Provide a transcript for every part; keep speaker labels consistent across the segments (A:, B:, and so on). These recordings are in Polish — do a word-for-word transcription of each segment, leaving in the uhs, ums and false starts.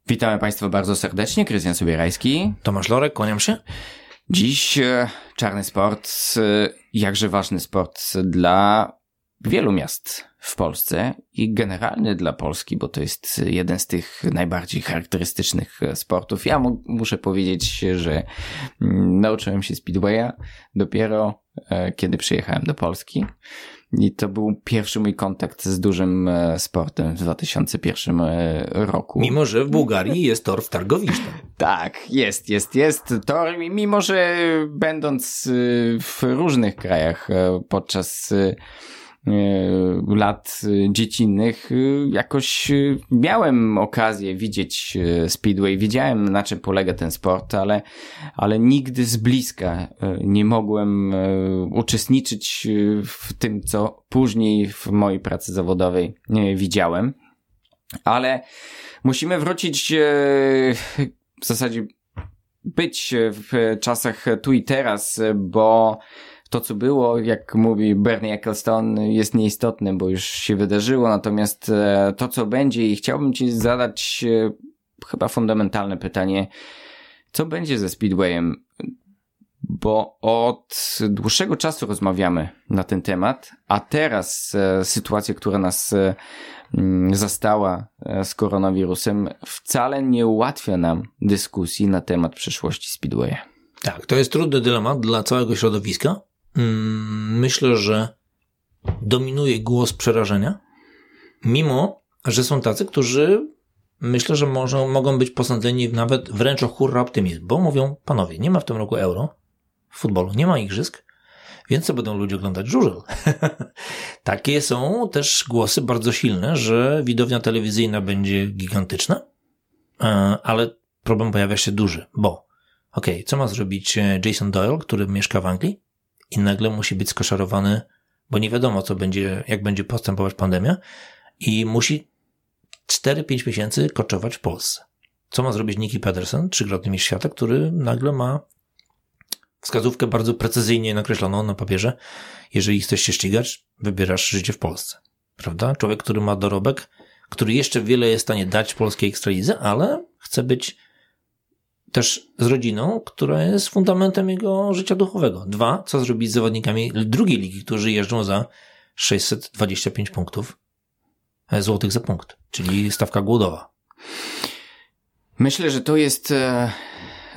A: Witamy Państwa bardzo serdecznie, Krystian Sobierajski.
B: Tomasz Lorek, kłaniam się.
A: Dziś e, czarny sport, e, jakże ważny sport dla wielu miast w Polsce i generalnie dla Polski, bo to jest jeden z tych najbardziej charakterystycznych sportów. Ja mu, muszę powiedzieć, że mm, nauczyłem się speedwaya dopiero e, kiedy przyjechałem do Polski. I to był pierwszy mój kontakt z dużym sportem w dwa tysiące pierwszym roku.
B: Mimo, że w Bułgarii jest tor w Targowiszte.
A: Tak, jest, jest, jest tor. Mimo, że będąc w różnych krajach podczas lat dziecinnych jakoś miałem okazję widzieć speedway, wiedziałem, na czym polega ten sport, ale, ale nigdy z bliska nie mogłem uczestniczyć w tym, co później w mojej pracy zawodowej widziałem. Ale musimy wrócić w zasadzie być w czasach tu i teraz, bo to, co było, jak mówi Bernie Ecclestone, jest nieistotne, bo już się wydarzyło, natomiast to, co będzie, i chciałbym Ci zadać chyba fundamentalne pytanie, co będzie ze Speedwayem? Bo od dłuższego czasu rozmawiamy na ten temat, a teraz sytuacja, która nas zastała z koronawirusem, wcale nie ułatwia nam dyskusji na temat przyszłości Speedwaya.
B: Tak, to jest trudny dylemat dla całego środowiska. Myślę, że dominuje głos przerażenia, mimo że są tacy, którzy myślę, że może, mogą być posądzeni nawet wręcz o hurra optymizm, bo mówią, panowie, nie ma w tym roku euro w futbolu, nie ma igrzysk, więc co będą ludzie oglądać? Żużel. Takie są też głosy bardzo silne, że widownia telewizyjna będzie gigantyczna, ale problem pojawia się duży, bo okej, okay, co ma zrobić Jason Doyle, który mieszka w Anglii i nagle musi być skoszarowany, bo nie wiadomo, co będzie, jak będzie postępować pandemia i musi cztery pięć miesięcy koczować w Polsce. Co ma zrobić Nicky Pedersen, trzykrotny mistrz świata, który nagle ma wskazówkę bardzo precyzyjnie nakreśloną na papierze. Jeżeli chcesz się ścigać, wybierasz życie w Polsce. Prawda? Człowiek, który ma dorobek, który jeszcze wiele jest w stanie dać polskiej ekstralidze, ale chce być też z rodziną, która jest fundamentem jego życia duchowego. Dwa, co zrobić z zawodnikami drugiej ligi, którzy jeżdżą za sześćset dwadzieścia pięć punktów złotych za punkt, czyli stawka głodowa.
A: Myślę, że to jest e, e,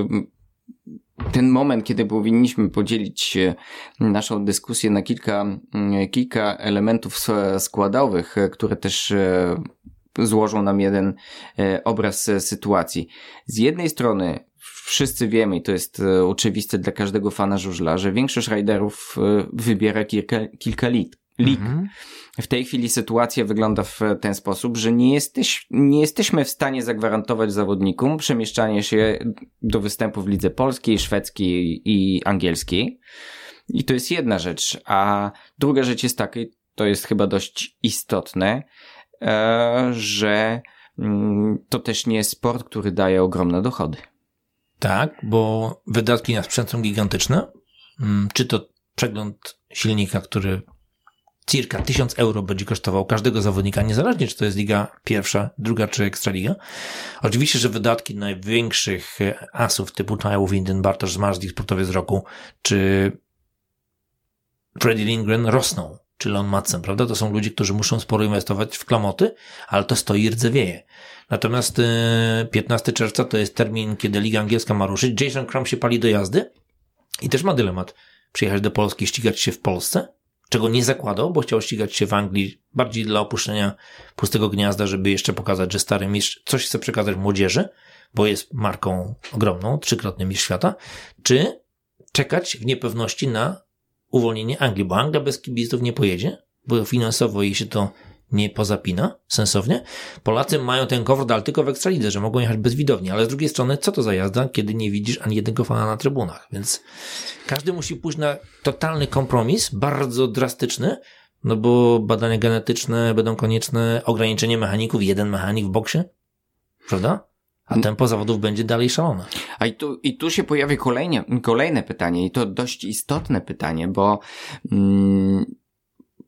A: ten moment, kiedy powinniśmy podzielić naszą dyskusję na kilka, kilka elementów składowych, które też e, złożą nam jeden e, obraz sytuacji. Z jednej strony wszyscy wiemy, i to jest e, oczywiste dla każdego fana żużla, że większość riderów e, wybiera kilka, kilka lig. lig. Mhm. W tej chwili sytuacja wygląda w ten sposób, że nie, jesteś, nie jesteśmy w stanie zagwarantować zawodnikom przemieszczanie się do występu w lidze polskiej, szwedzkiej i angielskiej. I to jest jedna rzecz. A druga rzecz jest taka, to jest chyba dość istotne, że to też nie jest sport, który daje ogromne dochody.
B: Tak, bo wydatki na sprzęt są gigantyczne. Czy to przegląd silnika, który circa tysiąc euro będzie kosztował każdego zawodnika, niezależnie czy to jest liga pierwsza, druga czy ekstraliga. Oczywiście, że wydatki największych asów typu Taiwo Winden, Bartosz Zmarzlik, sportowiec roku, czy Freddie Lindgren rosną, czy Leon Madsen, prawda? To są ludzie, którzy muszą sporo inwestować w klamoty, ale to stoi i rdzewieje. Natomiast piętnastego czerwca to jest termin, kiedy Liga Angielska ma ruszyć. Jason Crumb się pali do jazdy i też ma dylemat. Przyjechać do Polski, ścigać się w Polsce, czego nie zakładał, bo chciał ścigać się w Anglii bardziej dla opuszczenia pustego gniazda, żeby jeszcze pokazać, że stary mistrz coś chce przekazać młodzieży, bo jest marką ogromną, trzykrotny mistrz świata, czy czekać w niepewności na uwolnienie Anglii, bo Anglia bez kibiców nie pojedzie, bo finansowo jej się to nie pozapina sensownie. Polacy mają ten komfort, ale tylko w ekstralidze, że mogą jechać bez widowni, ale z drugiej strony, co to za jazda, kiedy nie widzisz ani jednego fana na trybunach, więc każdy musi pójść na totalny kompromis, bardzo drastyczny, no bo badania genetyczne będą konieczne, ograniczenie mechaników, jeden mechanik w boksie, prawda? A tempo zawodów będzie dalej szalone.
A: A i tu, i tu się pojawia kolejne, kolejne pytanie, i to dość istotne pytanie, bo mm,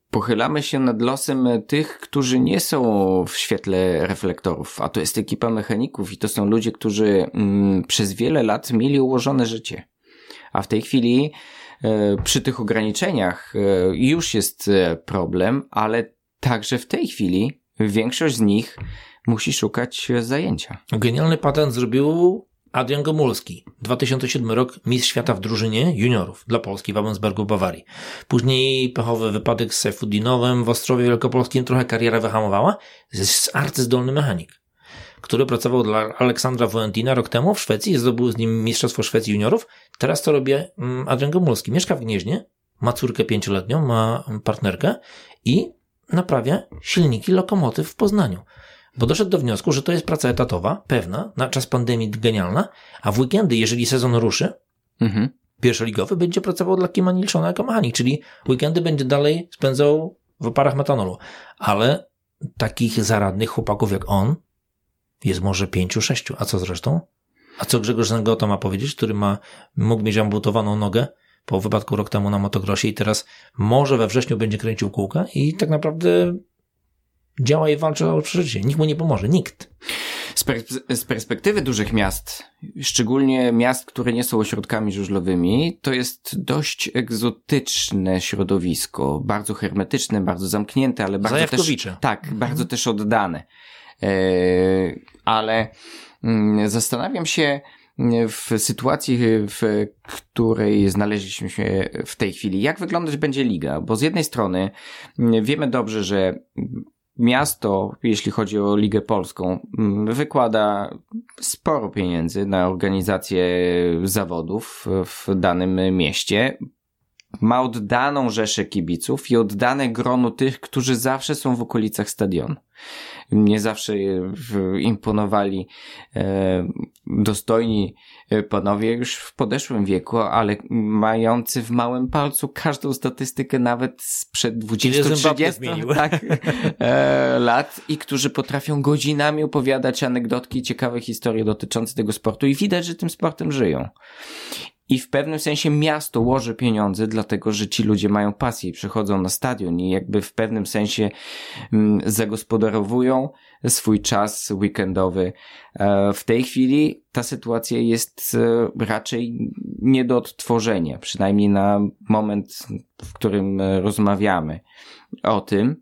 A: pochylamy się nad losem tych, którzy nie są w świetle reflektorów, a to jest ekipa mechaników i to są ludzie, którzy mm, przez wiele lat mieli ułożone życie. A w tej chwili e, przy tych ograniczeniach e, już jest e, problem, ale także w tej chwili większość z nich musi szukać zajęcia.
B: Genialny patent zrobił Adrian Gomulski. dwa tysiące siódmy rok, mistrz świata w drużynie juniorów dla Polski w Ravensburgu, Bawarii. Później pechowy wypadek z Seyfudinowem w Ostrowie Wielkopolskim, trochę karierę wyhamowała. Jest arcyzdolny mechanik, który pracował dla Aleksandra Wojentina rok temu w Szwecji, zdobył z nim mistrzostwo Szwecji juniorów. Teraz to robi Adrian Gomulski. Mieszka w Gnieźnie, ma córkę pięcioletnią, ma partnerkę i naprawia silniki lokomotyw w Poznaniu. Bo doszedł do wniosku, że to jest praca etatowa, pewna, na czas pandemii genialna, a w weekendy, jeżeli sezon ruszy, mhm. pierwszoligowy, będzie pracował dla Kima Nilssona jako mechanik, czyli weekendy będzie dalej spędzał w oparach metanolu. Ale takich zaradnych chłopaków jak on jest może pięciu, sześciu. A co zresztą? A co Grzegorz Zęgota ma powiedzieć, który ma, mógł mieć amputowaną nogę po wypadku rok temu na motocrossie i teraz może we wrześniu będzie kręcił kółka i tak naprawdę działa i walczy o przeżycie. Nikt mu nie pomoże. Nikt.
A: Z, pers- z perspektywy dużych miast, szczególnie miast, które nie są ośrodkami żużlowymi, to jest dość egzotyczne środowisko. Bardzo hermetyczne, bardzo zamknięte, ale bardzo też, tak, mhm. bardzo też oddane. E, ale mm, zastanawiam się w sytuacji, w której znaleźliśmy się w tej chwili, jak wyglądać będzie liga, bo z jednej strony wiemy dobrze, że miasto, jeśli chodzi o Ligę Polską, wykłada sporo pieniędzy na organizację zawodów w danym mieście. Ma oddaną rzeszę kibiców i oddane grono tych, którzy zawsze są w okolicach stadionu. Nie zawsze imponowali e, dostojni panowie już w podeszłym wieku, ale mający w małym palcu każdą statystykę nawet sprzed dwudziestu trzydziestu tak, e, lat i którzy potrafią godzinami opowiadać anegdotki i ciekawe historie dotyczące tego sportu i widać, że tym sportem żyją. I w pewnym sensie miasto łoży pieniądze, dlatego że ci ludzie mają pasję i przychodzą na stadion i jakby w pewnym sensie mm, zagospodarowują swój czas weekendowy. E, w tej chwili ta sytuacja jest e, raczej nie do odtworzenia, przynajmniej na moment, w którym rozmawiamy o tym,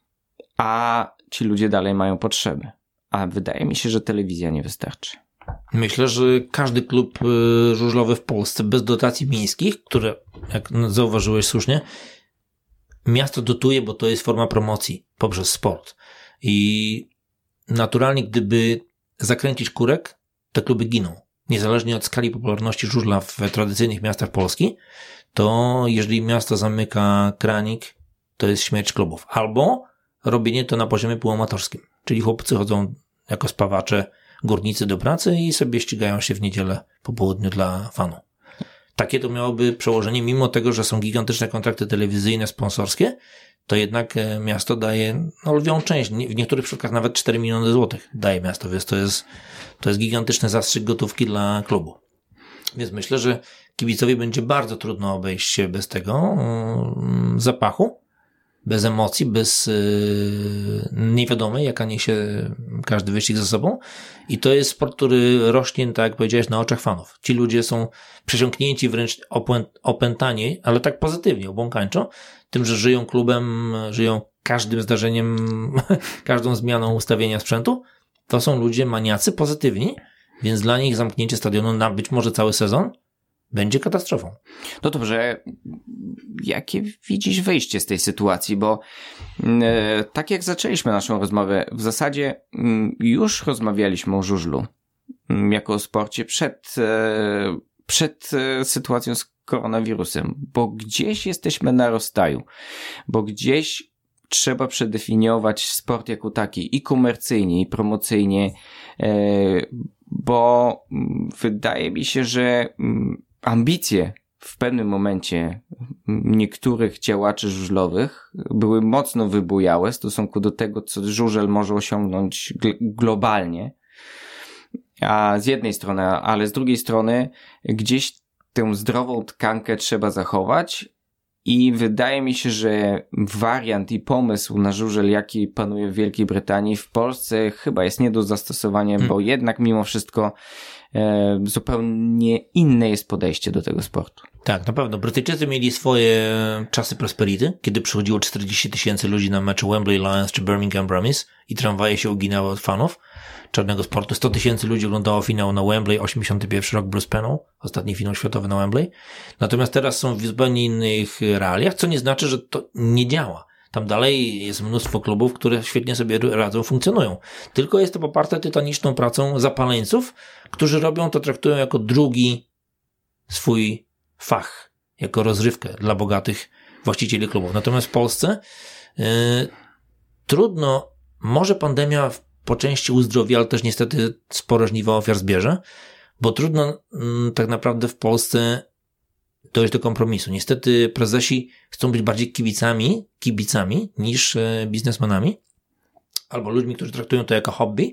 A: a ci ludzie dalej mają potrzeby. A wydaje mi się, że telewizja nie wystarczy.
B: Myślę, że każdy klub żużlowy w Polsce bez dotacji miejskich, które, jak zauważyłeś słusznie, miasto dotuje, bo to jest forma promocji poprzez sport. I naturalnie, gdyby zakręcić kurek, te kluby giną. Niezależnie od skali popularności żużla w tradycyjnych miastach Polski, to jeżeli miasto zamyka kranik, to jest śmierć klubów. Albo robienie to na poziomie półamatorskim. Czyli chłopcy chodzą jako spawacze, górnicy do pracy i sobie ścigają się w niedzielę po południu dla fanu. Takie to miałoby przełożenie, mimo tego, że są gigantyczne kontrakty telewizyjne, sponsorskie, to jednak miasto daje no, lwią część, w niektórych przypadkach nawet cztery miliony złotych daje miasto, więc to jest, to jest gigantyczny zastrzyk gotówki dla klubu. Więc myślę, że kibicowi będzie bardzo trudno obejść się bez tego yy, zapachu, bez emocji, bez yy, niewiadomej, jaka niesie każdy wyścig ze sobą. I to jest sport, który rośnie, tak jak powiedziałeś, na oczach fanów. Ci ludzie są przesiąknięci, wręcz opę- opętani, ale tak pozytywnie, obłąkańczo, tym, że żyją klubem, żyją każdym zdarzeniem, każdą zmianą ustawienia sprzętu. To są ludzie maniacy, pozytywni, więc dla nich zamknięcie stadionu na być może cały sezon będzie katastrofą.
A: No dobrze, jakie widzisz wyjście z tej sytuacji, bo e, tak jak zaczęliśmy naszą rozmowę, w zasadzie m, już rozmawialiśmy o żużlu m, jako o sporcie przed, e, przed e, sytuacją z koronawirusem, bo gdzieś jesteśmy na rozstaju, bo gdzieś trzeba przedefiniować sport jako taki i komercyjnie, i promocyjnie, e, bo m, wydaje mi się, że m, ambicje w pewnym momencie niektórych działaczy żużlowych były mocno wybujałe w stosunku do tego, co żużel może osiągnąć gl- globalnie. A z jednej strony, ale z drugiej strony gdzieś tę zdrową tkankę trzeba zachować I wydaje mi się, że wariant i pomysł na żużel, jaki panuje w Wielkiej Brytanii, w Polsce chyba jest nie do zastosowania, hmm. bo jednak mimo wszystko e, zupełnie inne jest podejście do tego sportu.
B: Tak, na pewno. Brytyjczycy mieli swoje czasy prosperity, kiedy przychodziło czterdzieści tysięcy ludzi na mecze Wembley Lions czy Birmingham Brummies i tramwaje się uginały od fanów czarnego sportu. sto tysięcy ludzi oglądało finał na Wembley, osiemdziesiąty pierwszy rok Bruce Pennell, ostatni finał światowy na Wembley. Natomiast teraz są w zupełnie innych realiach, co nie znaczy, że to nie działa. Tam dalej jest mnóstwo klubów, które świetnie sobie radzą, funkcjonują. Tylko jest to poparte tytaniczną pracą zapaleńców, którzy robią to, traktują jako drugi swój fach, jako rozrywkę dla bogatych właścicieli klubów. Natomiast w Polsce yy, trudno, może pandemia po części uzdrowi, ale też niestety sporo żniwo ofiar zbierze, bo trudno yy, tak naprawdę w Polsce dojść do kompromisu. Niestety prezesi chcą być bardziej kibicami, kibicami niż yy, biznesmenami albo ludźmi, którzy traktują to jako hobby,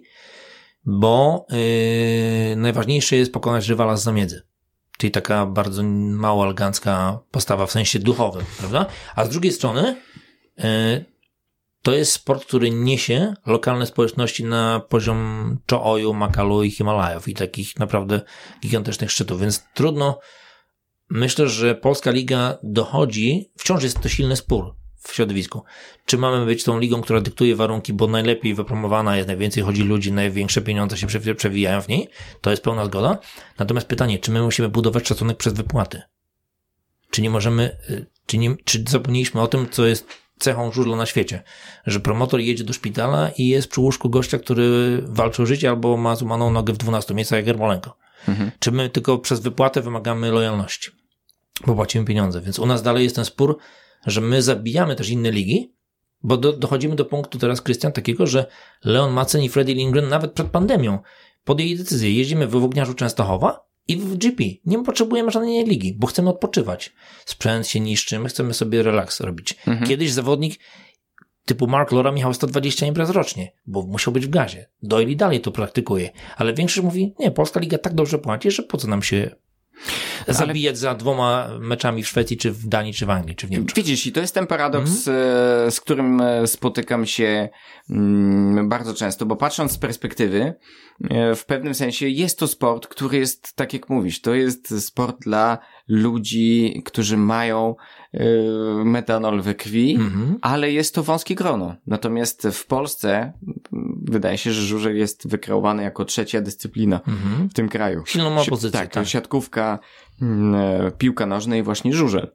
B: bo yy, najważniejsze jest pokonać rywala z zamiedzy. Czyli taka bardzo mało elegancka postawa w sensie duchowym, prawda? A z drugiej strony yy, to jest sport, który niesie lokalne społeczności na poziom Cho-Oyu, Makalu i Himalajów i takich naprawdę gigantycznych szczytów, więc trudno. Myślę, że Polska Liga dochodzi, wciąż jest to silny spór w środowisku. Czy mamy być tą ligą, która dyktuje warunki, bo najlepiej wypromowana jest, najwięcej chodzi ludzi, największe pieniądze się przewijają w niej, to jest pełna zgoda. Natomiast pytanie, czy my musimy budować szacunek przez wypłaty? Czy nie możemy, czy, nie, czy zapomnieliśmy o tym, co jest cechą żużla na świecie? Że promotor jedzie do szpitala i jest przy łóżku gościa, który walczy o życie albo ma złamaną nogę w dwunastu miejscach jak Jarmolenko. Mhm. Czy my tylko przez wypłatę wymagamy lojalności? Bo płacimy pieniądze. Więc u nas dalej jest ten spór, że my zabijamy też inne ligi, bo do, dochodzimy do punktu teraz, Krystian, takiego, że Leon Madsen i Freddie Lindgren nawet przed pandemią podjęli decyzję. Jeździmy w Wogniarzu Częstochowa i w G P. Nie potrzebujemy żadnej ligi, bo chcemy odpoczywać. Sprzęt się niszczy, my chcemy sobie relaks robić. Mhm. Kiedyś zawodnik typu Mark Lora miał sto dwadzieścia imprez rocznie, bo musiał być w gazie. Doyle dalej to praktykuje. Ale większość mówi, nie, Polska Liga tak dobrze płaci, że po co nam się zabijać ale... za dwoma meczami w Szwecji, czy w Danii, czy w Anglii, czy w Niemczech.
A: Widzisz, i to jest ten paradoks, mm. z którym spotykam się mm, bardzo często, bo patrząc z perspektywy, w pewnym sensie jest to sport, który jest, tak jak mówisz, to jest sport dla ludzi, którzy mają y, metanol we krwi, mm-hmm. ale jest to wąskie grono. Natomiast w Polsce wydaje się, że żużel jest wykreowany jako trzecia dyscyplina mm-hmm. w tym kraju.
B: Silną ma pozycję.
A: Tak, tak. Siatkówka, y, piłka nożna i właśnie żużel.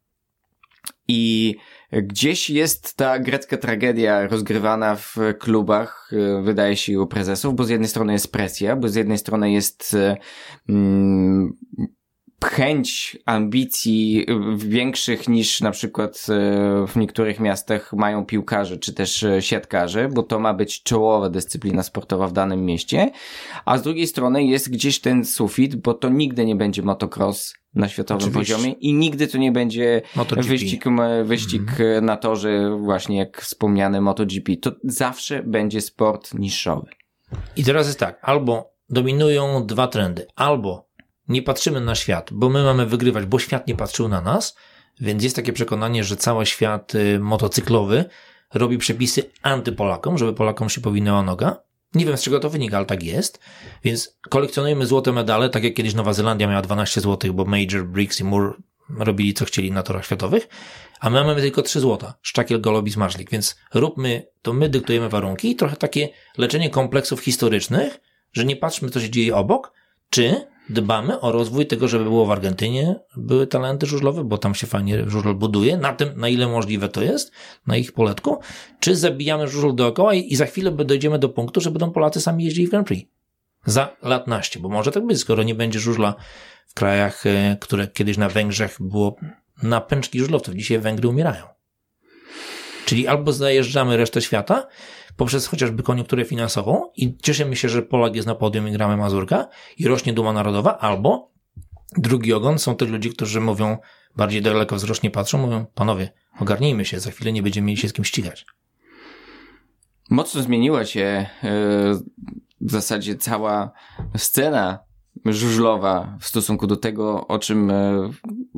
A: I gdzieś jest ta grecka tragedia rozgrywana w klubach, wydaje się, u prezesów, bo z jednej strony jest presja, bo z jednej strony jest mm, chęć ambicji większych niż na przykład w niektórych miastach mają piłkarze czy też siatkarze, bo to ma być czołowa dyscyplina sportowa w danym mieście, a z drugiej strony jest gdzieś ten sufit, bo to nigdy nie będzie motocross na światowym Oczywiście. poziomie i nigdy to nie będzie MotoGP. wyścig, wyścig mm. na torze, właśnie jak wspomniany MotoGP. To zawsze będzie sport niszowy.
B: I teraz jest tak, albo dominują dwa trendy, albo nie patrzymy na świat, bo my mamy wygrywać, bo świat nie patrzył na nas, więc jest takie przekonanie, że cały świat y, motocyklowy robi przepisy antypolakom, żeby Polakom się powinęła noga. Nie wiem, z czego to wynika, ale tak jest. Więc kolekcjonujemy złote medale, tak jak kiedyś Nowa Zelandia miała dwanaście złotych, bo Major, Briggs i Moore robili co chcieli na torach światowych, a my mamy tylko trzy złota. Szczakiel, Golob i Zmarzlik. Więc róbmy, to my dyktujemy warunki i trochę takie leczenie kompleksów historycznych, że nie patrzmy, co się dzieje obok, czy dbamy o rozwój tego, żeby było w Argentynie były talenty żużlowe, bo tam się fajnie żużel buduje, na tym, na ile możliwe to jest, na ich poletku, czy zabijamy żużel dookoła i, i za chwilę dojdziemy do punktu, że będą Polacy sami jeździli w Grand Prix. Za lat naście, bo może tak być, skoro nie będzie żużla w krajach, które kiedyś na Węgrzech było na pęczki żużlowców. Dzisiaj Węgry umierają. Czyli albo zajeżdżamy resztę świata poprzez chociażby koniunkturę finansową i cieszymy się, że Polak jest na podium i gramy Mazurka i rośnie duma narodowa, albo drugi ogon są tych ludzi, którzy mówią, bardziej dalekowzrocznie patrzą, mówią, panowie, ogarnijmy się, za chwilę nie będziemy mieli się z kim ścigać.
A: Mocno zmieniła się yy, w zasadzie cała scena żużlowa w stosunku do tego, o czym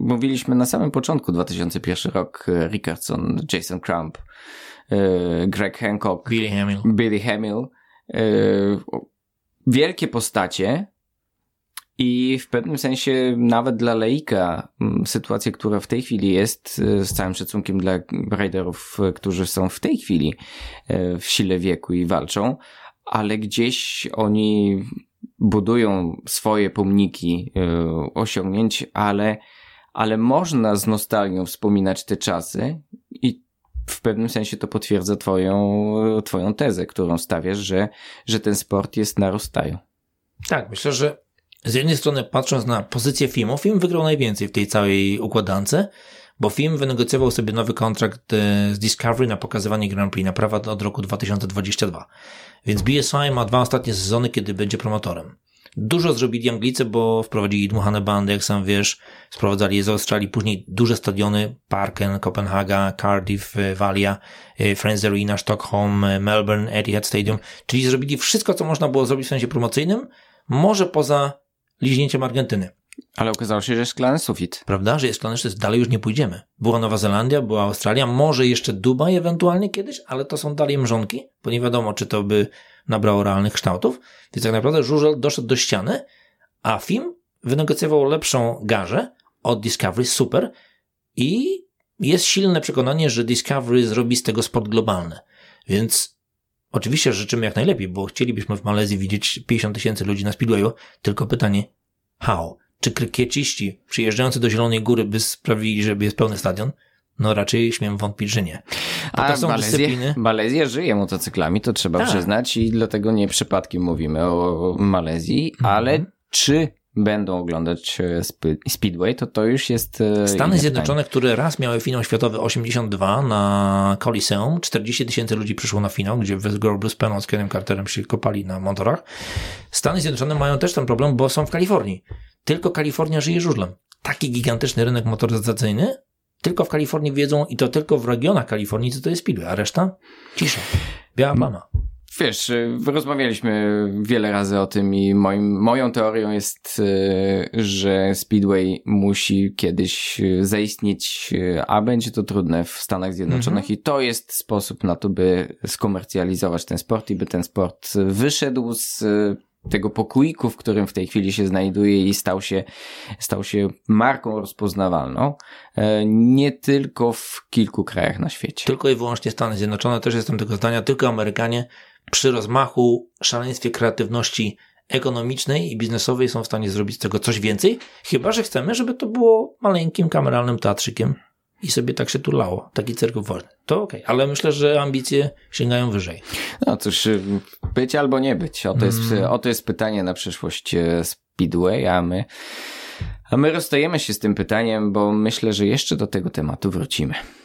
A: mówiliśmy na samym początku, dwa tysiące pierwszy rok, Rickardsson, Jason Crump, Greg Hancock,
B: Billy Hamill.
A: Billy Hamill. Wielkie postacie i w pewnym sensie nawet dla laika sytuacja, która w tej chwili jest, z całym szacunkiem dla rajderów, którzy są w tej chwili w sile wieku i walczą, ale gdzieś oni budują swoje pomniki osiągnięć, ale, ale można z nostalgią wspominać te czasy i w pewnym sensie to potwierdza twoją, twoją tezę, którą stawiasz, że, że ten sport jest na rozstaju.
B: Tak, myślę, że z jednej strony patrząc na pozycję filmu, film wygrał najwięcej w tej całej układance, bo film wynegocjował sobie nowy kontrakt z Discovery na pokazywanie Grand Prix, na prawa od roku dwa tysiące dwudziestego drugiego. Więc B S I ma dwa ostatnie sezony, kiedy będzie promotorem. Dużo zrobili Anglicy, bo wprowadzili dmuchane bandy, jak sam wiesz, sprowadzali je z Australii, później duże stadiony, Parken, Kopenhaga, Cardiff, Walia, Friends Arena, Stockholm, Melbourne, Etihad Stadium, czyli zrobili wszystko, co można było zrobić w sensie promocyjnym, może poza liźnięciem Argentyny.
A: Ale okazało się, że jest szklany sufit.
B: Prawda, że jest szklany sufit, dalej już nie pójdziemy. Była Nowa Zelandia, była Australia, może jeszcze Dubaj ewentualnie kiedyś, ale to są dalej mrzonki, bo nie wiadomo, czy to by nabrało realnych kształtów. Więc tak naprawdę żużel doszedł do ściany, a film wynegocjował lepszą garzę od Discovery, super, i jest silne przekonanie, że Discovery zrobi z tego sport globalny. Więc oczywiście życzymy jak najlepiej, bo chcielibyśmy w Malezji widzieć pięćdziesiąt tysięcy ludzi na Speedwayu, tylko pytanie, how? Czy krykieciści przyjeżdżający do Zielonej Góry by sprawili, żeby jest pełny stadion? No raczej śmiem wątpić, że nie.
A: Bo A to są Malezja, dyscypliny... Malezja żyje motocyklami, to trzeba tak. przyznać i dlatego nie przypadkiem mówimy o Malezji, mhm. ale czy będą oglądać Speedway, to to już jest
B: Stany Zjednoczone, pytanie. Które raz miały finał światowy osiemdziesiąt dwa na Coliseum, czterdzieści tysięcy ludzi przyszło na finał, gdzie Wes Gore, Bruce Pennon z Kenem Carterem się kopali na motorach. Stany Zjednoczone mają też ten problem, bo są w Kalifornii. Tylko Kalifornia żyje żużlem. Taki gigantyczny rynek motoryzacyjny, tylko w Kalifornii wiedzą i to tylko w regionach Kalifornii, co to jest Speedway, a reszta cisza. Biała mama.
A: Wiesz, rozmawialiśmy wiele razy o tym i moim, moją teorią jest, że Speedway musi kiedyś zaistnieć, a będzie to trudne w Stanach Zjednoczonych mm-hmm. i to jest sposób na to, by skomercjalizować ten sport i by ten sport wyszedł z tego pokoiku, w którym w tej chwili się znajduje i stał się, stał się marką rozpoznawalną, nie tylko w kilku krajach na świecie.
B: Tylko i wyłącznie Stany Zjednoczone, też jestem tego zdania, tylko Amerykanie przy rozmachu, szaleństwie kreatywności ekonomicznej i biznesowej są w stanie zrobić z tego coś więcej, chyba że chcemy, żeby to było maleńkim kameralnym teatrzykiem i sobie tak się turlało, taki cyrk woźny. To okej, okay. Ale myślę, że ambicje sięgają wyżej.
A: No cóż, być albo nie być. Oto jest, mm. oto jest pytanie na przyszłość Speedway, a my, a my rozstajemy się z tym pytaniem, bo myślę, że jeszcze do tego tematu wrócimy.